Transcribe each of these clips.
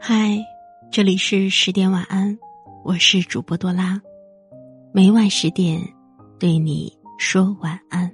嗨，这里是10点晚安，我是主播多拉，每晚10点对你说晚安。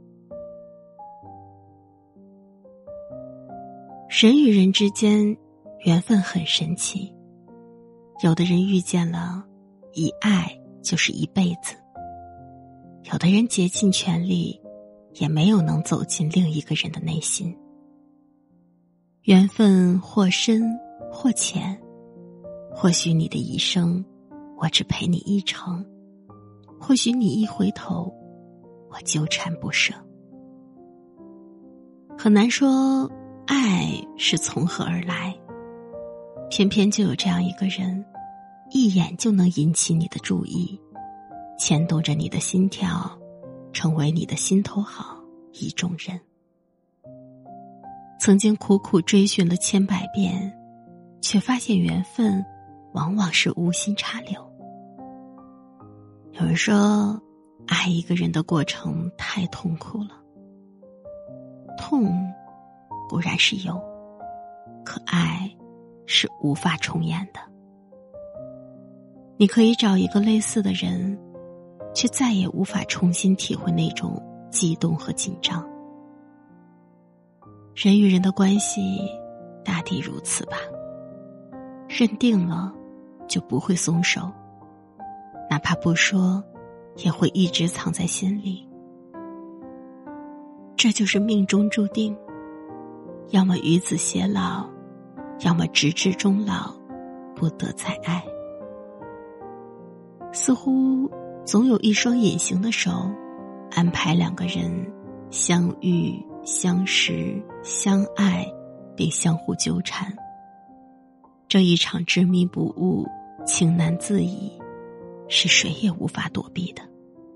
人与人之间缘分很神奇，有的人遇见了，一爱就是一辈子，有的人竭尽全力也没有能走进另一个人的内心。缘分或深或浅，或许你的一生我只陪你一程，或许你一回头我纠缠不舍。很难说爱是从何而来，偏偏就有这样一个人，一眼就能引起你的注意，牵动着你的心跳，成为你的心头好意中人。曾经苦苦追寻了千百遍，却发现缘分往往是无心插柳。有人说，爱一个人的过程太痛苦了，痛固然是有，可爱是无法重演的。你可以找一个类似的人，却再也无法重新体会那种激动和紧张。人与人的关系大抵如此吧，认定了就不会松手，哪怕不说也会一直藏在心里。这就是命中注定，要么与子偕老，要么直至终老，不得再爱。似乎总有一双隐形的手，安排两个人相遇、相识、相爱，并相互纠缠。这一场执迷不悟、情难自已，是谁也无法躲避的。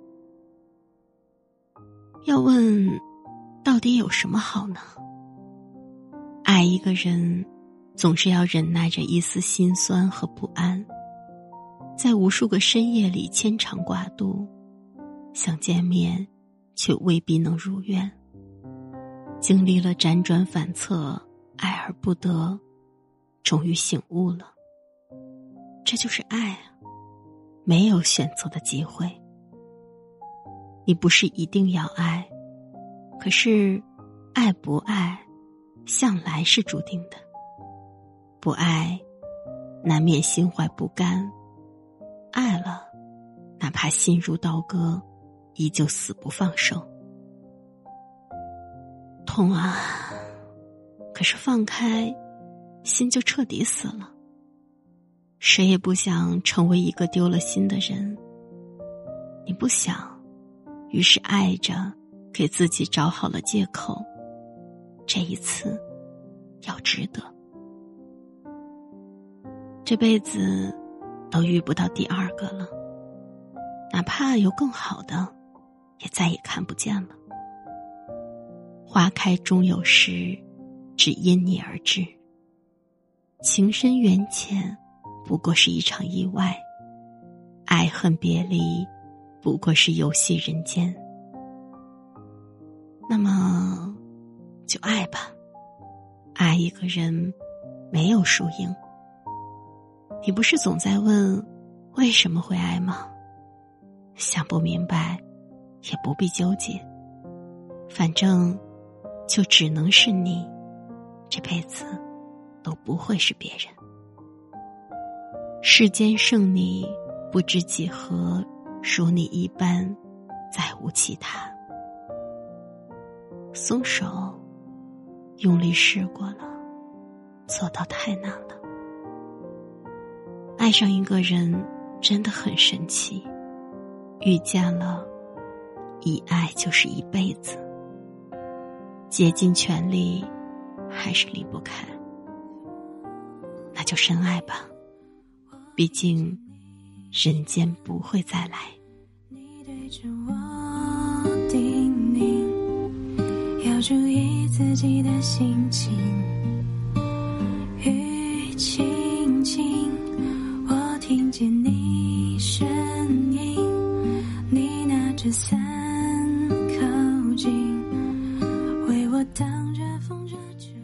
要问到底有什么好呢？爱一个人总是要忍耐着一丝心酸和不安，在无数个深夜里牵肠挂肚，想见面却未必能如愿，经历了辗转反侧，爱而不得，终于醒悟了，这就是爱啊，没有选择的机会。你不是一定要爱，可是爱不爱向来是注定的，不爱难免心怀不甘，爱了哪怕心如刀割，依旧死不放手。痛啊，可是放开心就彻底死了。谁也不想成为一个丢了心的人，你不想，于是爱着，给自己找好了借口，这一次要值得。这辈子都遇不到第二个了，哪怕有更好的，也再也看不见了。花开终有时，只因你而至。情深缘浅，不过是一场意外；爱恨别离，不过是游戏人间。那么，就爱吧。爱一个人，没有输赢。你不是总在问为什么会爱吗？想不明白，也不必纠结。反正就只能是你，这辈子都不会是别人。世间剩你，不知几何，如你一般，再无其他。松手，用力试过了，做到太难了。爱上一个人真的很神奇，遇见了，一爱就是一辈子。竭尽全力还是离不开，那就深爱吧，毕竟人间不会再来。 你对着我叮咛，要注意自己的心情，雨轻轻，我听见你声音，你拿着伞靠近，为我挡着风热酒。